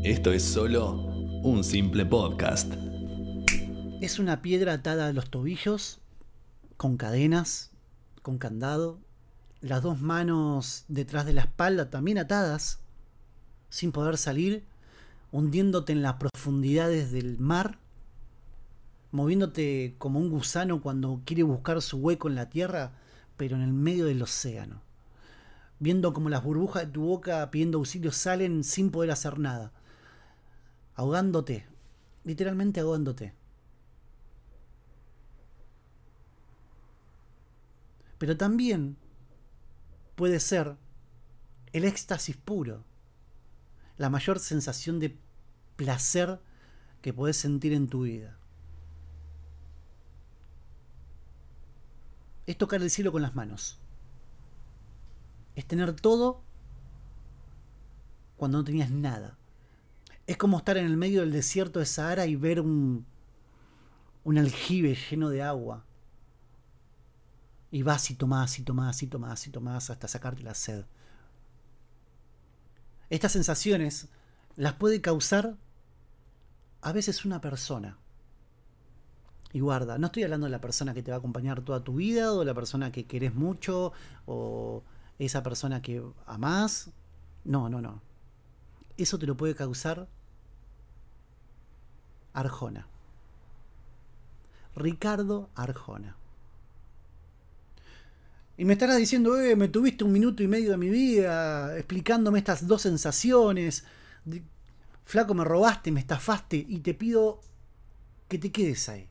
Esto es solo un simple podcast. Es una piedra atada a los tobillos, con cadenas, con candado, las dos manos detrás de la espalda también atadas, sin poder salir, hundiéndote en las profundidades del mar, moviéndote como un gusano cuando quiere buscar su hueco en la tierra, pero en el medio del océano, viendo como las burbujas de tu boca pidiendo auxilio salen sin poder hacer nada, ahogándote, literalmente ahogándote. Pero también puede ser el éxtasis puro, la mayor sensación de placer que podés sentir en tu vida. Es tocar el cielo con las manos. Es tener todo cuando no tenías nada. Es como estar en el medio del desierto de Sahara y ver un aljibe lleno de agua. Y vas y tomás y tomás y tomás y tomás hasta sacarte la sed. Estas sensaciones las puede causar a veces una persona. Y guarda, no estoy hablando de la persona que te va a acompañar toda tu vida, o la persona que querés mucho, o esa persona que amás. No. Eso te lo puede causar Arjona. Ricardo Arjona. Y me estarás diciendo, me tuviste 1 minuto y medio de mi vida explicándome estas dos sensaciones. Flaco, me robaste, me estafaste y te pido que te quedes ahí.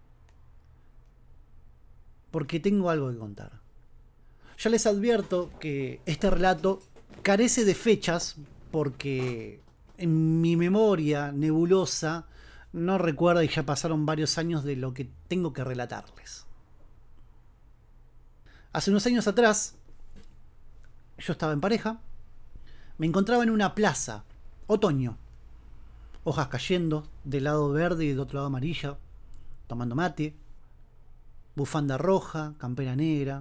Porque tengo algo que contar. Ya les advierto que este relato carece de fechas porque en mi memoria nebulosa no recuerdo y ya pasaron varios años de lo que tengo que relatarles. Hace unos años atrás, yo estaba en pareja, me encontraba en una plaza, otoño, hojas cayendo, del lado verde y del otro lado amarilla, tomando mate, bufanda roja, campera negra,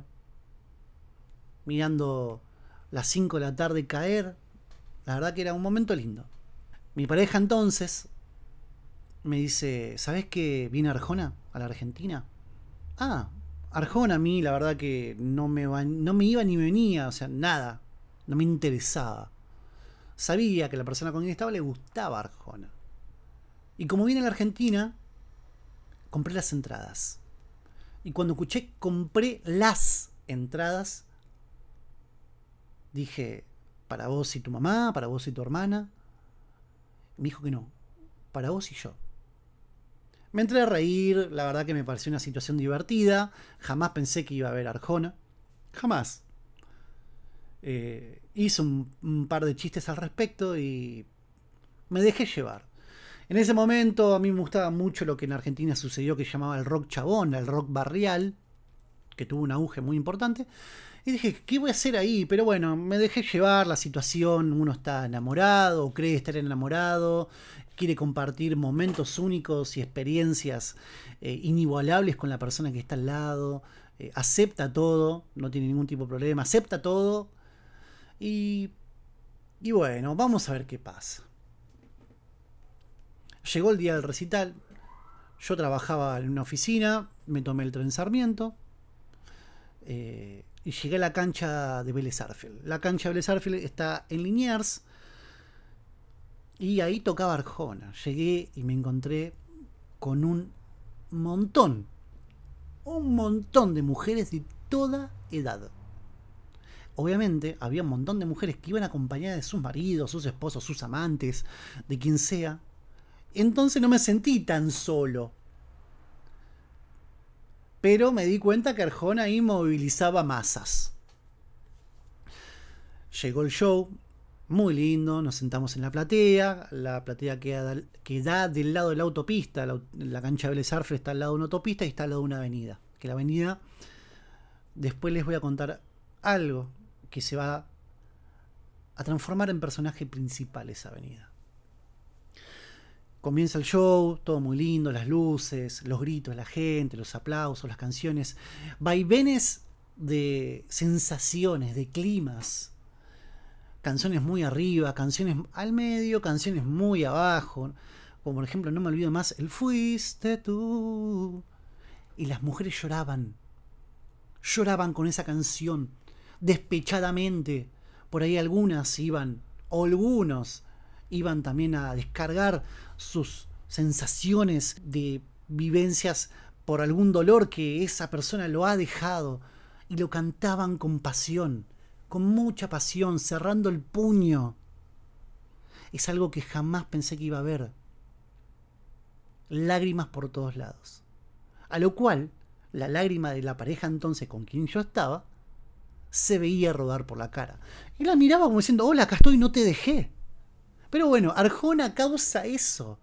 mirando las 5 de la tarde caer. La verdad que era un momento lindo. Mi pareja entonces me dice, ¿sabés que viene Arjona a la Argentina? Arjona a mí la verdad que no me iba ni me venía, o sea, nada, no me interesaba. Sabía que la persona con quien estaba le gustaba Arjona. Y como viene a la Argentina, compré las entradas. Y cuando escuché compré las entradas, dije, para vos y tu mamá, para vos y tu hermana. Me dijo que no, para vos y yo. Me entré a reír, la verdad que me pareció una situación divertida. Jamás pensé que iba a ver Arjona. Jamás. Hice un par de chistes al respecto y me dejé llevar. En ese momento a mí me gustaba mucho lo que en Argentina sucedió, que se llamaba el rock chabón, el rock barrial, que tuvo un auge muy importante. Y dije, ¿qué voy a hacer ahí? Pero bueno, me dejé llevar la situación. Uno está enamorado, o cree estar enamorado, quiere compartir momentos únicos y experiencias inigualables con la persona que está al lado. Acepta todo, no tiene ningún tipo de problema, acepta todo. Y bueno, vamos a ver qué pasa. Llegó el día del recital. Yo trabajaba en una oficina, me tomé el tren Sarmiento. Y llegué a la cancha de Vélez Sarsfield. La cancha de Vélez Sarsfield está en Liniers. Y ahí tocaba Arjona. Llegué y me encontré con un montón de mujeres de toda edad. Obviamente había un montón de mujeres que iban acompañadas de sus maridos, sus esposos, sus amantes, de quien sea. Entonces no me sentí tan solo. Pero me di cuenta que Arjona ahí movilizaba masas. Llegó el show, muy lindo, nos sentamos en la platea que da del lado de la autopista. La cancha de Vélez Sarsfield está al lado de una autopista y está al lado de una avenida. Que la avenida, después les voy a contar algo que se va a transformar en personaje principal esa avenida. Comienza el show, todo muy lindo, las luces, los gritos de la gente, los aplausos, las canciones, vaivenes de sensaciones, de climas. canciones muy arriba, canciones al medio, canciones muy abajo. Como por ejemplo, no me olvido más, el Fuiste tú. Y las mujeres lloraban. Lloraban con esa canción. Despechadamente. Por ahí algunas iban, o algunos iban también a descargar sus sensaciones de vivencias por algún dolor que esa persona lo ha dejado. Y lo cantaban con pasión, con mucha pasión, cerrando el puño. Es algo que jamás pensé que iba a ver. Lágrimas por todos lados. A lo cual, la lágrima de la pareja entonces con quien yo estaba, se veía rodar por la cara. Y la miraba como diciendo, hola, acá estoy, no te dejé. Pero bueno, Arjona causa eso.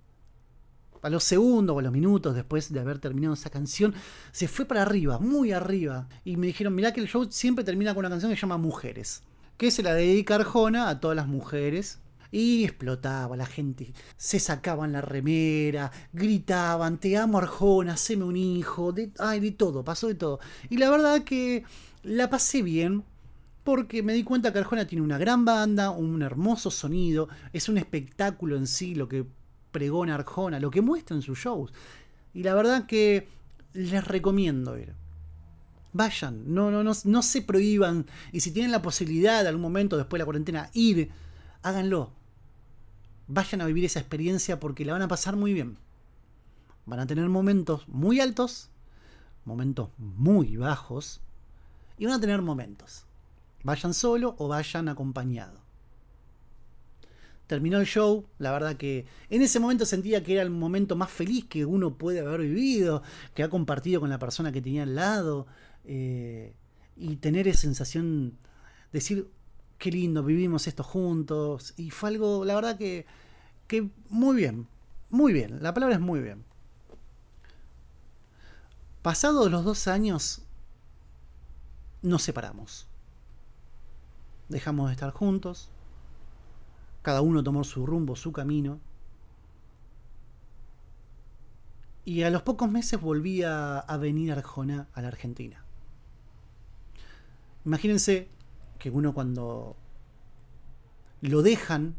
A los segundos o a los minutos después de haber terminado esa canción, se fue para arriba, muy arriba. Y me dijeron, mirá que el show siempre termina con una canción que se llama Mujeres, que se la dedica Arjona a todas las mujeres. Y explotaba, la gente se sacaban la remera, gritaban, te amo Arjona, haceme un hijo, de todo, pasó de todo. Y la verdad que la pasé bien, porque me di cuenta que Arjona tiene una gran banda, un hermoso sonido, es un espectáculo en sí lo que pregona Arjona, lo que muestra en sus shows. Y la verdad que les recomiendo ir. Vayan, no se prohíban. Y si tienen la posibilidad de algún momento después de la cuarentena ir, háganlo. Vayan a vivir esa experiencia porque la van a pasar muy bien. Van a tener momentos muy altos, momentos muy bajos, y van a tener momentos. Vayan solo o vayan acompañado. Terminó el show, la verdad que en ese momento sentía que era el momento más feliz que uno puede haber vivido, que ha compartido con la persona que tenía al lado, y tener esa sensación de decir, qué lindo, vivimos esto juntos, y fue algo, la verdad que muy bien, la palabra es muy bien. Pasados los 2 años, nos separamos. Dejamos de estar juntos. Cada uno tomó su rumbo, su camino. Y a los pocos meses volvía a venir Arjona a la Argentina. Imagínense que uno cuando lo dejan,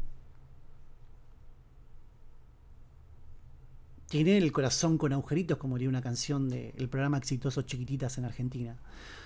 tiene el corazón con agujeritos, como diría una canción del programa exitoso Chiquititas en Argentina.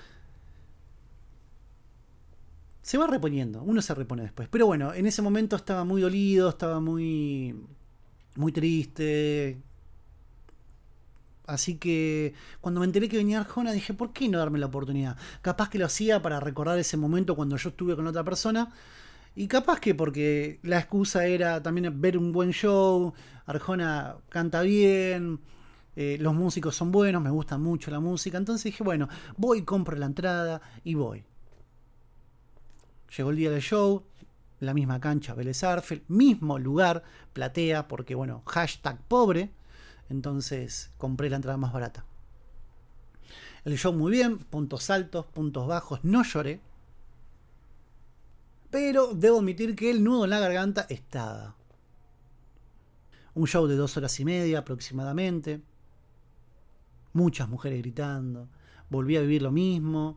Se va reponiendo, uno se repone después. Pero bueno, en ese momento estaba muy dolido, estaba muy triste. Así que cuando me enteré que venía Arjona dije, ¿por qué no darme la oportunidad? Capaz que lo hacía para recordar ese momento cuando yo estuve con otra persona. Y capaz que porque la excusa era también ver un buen show. Arjona canta bien, los músicos son buenos, me gusta mucho la música. Entonces dije, bueno, voy, compro la entrada y voy. Llegó el día del show, la misma cancha, Vélez Sarsfield, mismo lugar, platea, porque bueno, #pobre, entonces compré la entrada más barata. El show muy bien, puntos altos, puntos bajos, no lloré, pero debo admitir que el nudo en la garganta estaba. Un show de 2 horas y media aproximadamente, muchas mujeres gritando, volví a vivir lo mismo,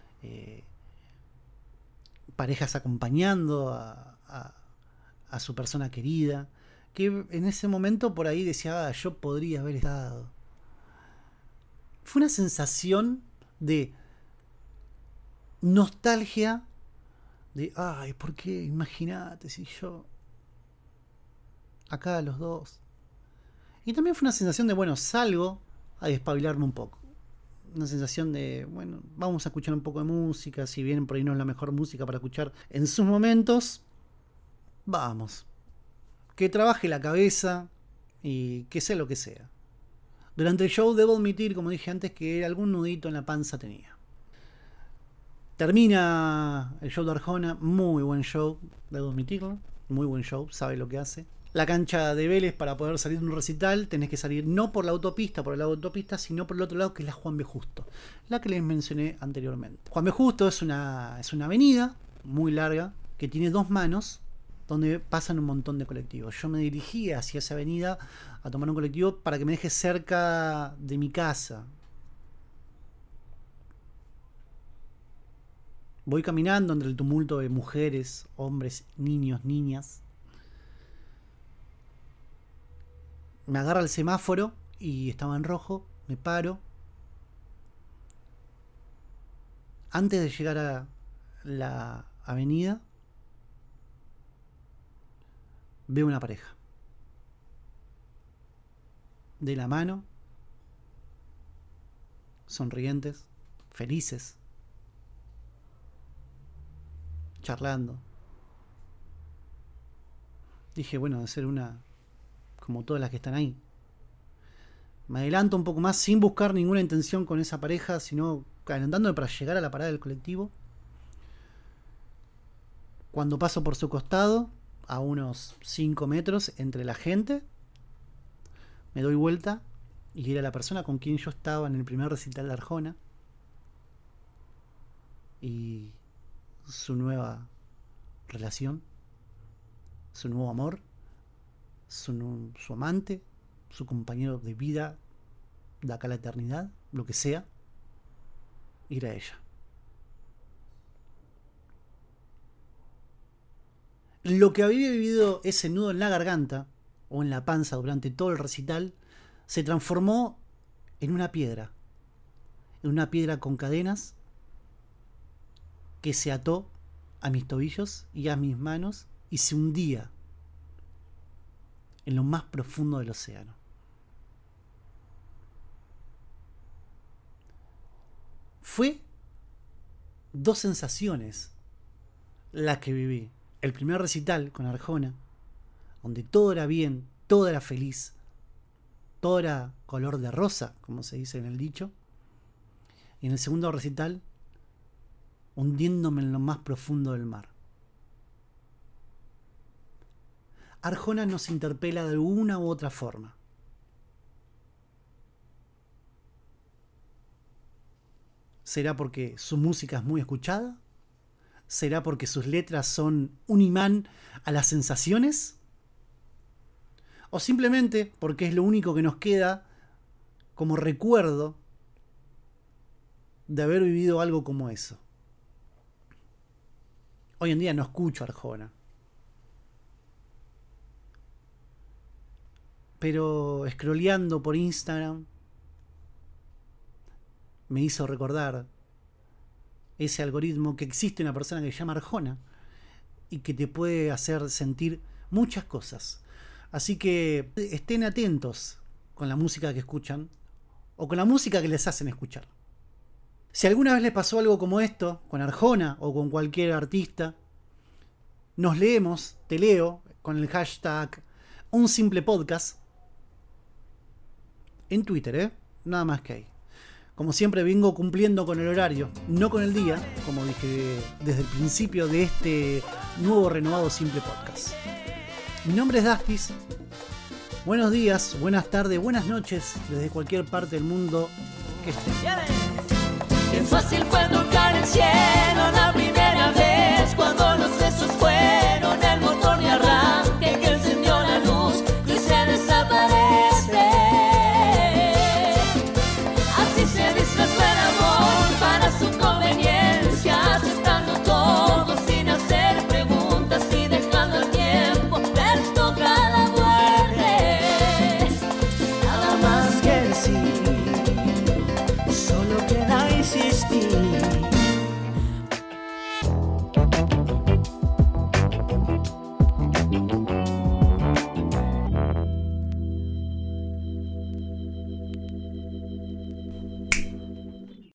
parejas acompañando a su persona querida, que en ese momento por ahí decía, yo podría haber estado. Fue una sensación de nostalgia, de, ¿por qué? Imagínate si yo acá los dos. Y también fue una sensación de, bueno, salgo a despabilarme un poco. Una sensación de, bueno, vamos a escuchar un poco de música, si bien por ahí no es la mejor música para escuchar en sus momentos, vamos, que trabaje la cabeza y que sea lo que sea. Durante el show debo admitir, como dije antes, que algún nudito en la panza tenía. Termina el show de Arjona, muy buen show, debo admitirlo, muy buen show, sabe lo que hace. La cancha de Vélez, para poder salir de un recital, tenés que salir no por la autopista, por el lado de la autopista, sino por el otro lado, que es la Juan B. Justo, la que les mencioné anteriormente. Juan B. Justo es una avenida muy larga, que tiene 2 manos, donde pasan un montón de colectivos. Yo me dirigí hacia esa avenida a tomar un colectivo para que me deje cerca de mi casa. Voy caminando entre el tumulto de mujeres, hombres, niños, niñas. Me agarra el semáforo y estaba en rojo. Me paro. Antes de llegar a la avenida, veo una pareja. De la mano, sonrientes, felices, charlando. Dije, bueno, debe ser una como todas las que están ahí. Me adelanto un poco más sin buscar ninguna intención con esa pareja, sino adelantándome para llegar a la parada del colectivo. Cuando paso por su costado, a unos 5 metros entre la gente, me doy vuelta y era la persona con quien yo estaba en el primer recital de Arjona y su nueva relación, su nuevo amor, su amante, su compañero de vida de acá a la eternidad, lo que sea, era ella. Lo que había vivido ese nudo en la garganta o en la panza durante todo el recital se transformó en una piedra con cadenas que se ató a mis tobillos y a mis manos y se hundía en lo más profundo del océano. Fue 2 sensaciones las que viví. El primer recital con Arjona, donde todo era bien, todo era feliz, todo era color de rosa, como se dice en el dicho. Y en el segundo recital, hundiéndome en lo más profundo del mar. Arjona nos interpela de alguna u otra forma. ¿Será porque su música es muy escuchada? ¿Será porque sus letras son un imán a las sensaciones? ¿O simplemente porque es lo único que nos queda como recuerdo de haber vivido algo como eso? Hoy en día no escucho a Arjona. Pero scrolleando por Instagram me hizo recordar ese algoritmo que existe una persona que se llama Arjona y que te puede hacer sentir muchas cosas. Así que estén atentos con la música que escuchan o con la música que les hacen escuchar. Si alguna vez les pasó algo como esto con Arjona o con cualquier artista, nos leemos, te leo con el hashtag Un Simple Podcast en Twitter, nada más que ahí. Como siempre vengo cumpliendo con el horario, no con el día, como dije desde el principio de este nuevo renovado Simple Podcast. Mi nombre es Dastis. Buenos días, buenas tardes, buenas noches desde cualquier parte del mundo que estén. Qué fácil fue tocar el cielo la primera vez, cuando los besos fueron el motor de arranque que encendió la luz y se desaparece. Así se disfrazó el amor para su conveniencia, aceptando todo sin hacer preguntas y dejando el tiempo les toca la muerte. Nada más que decir, solo queda insistir.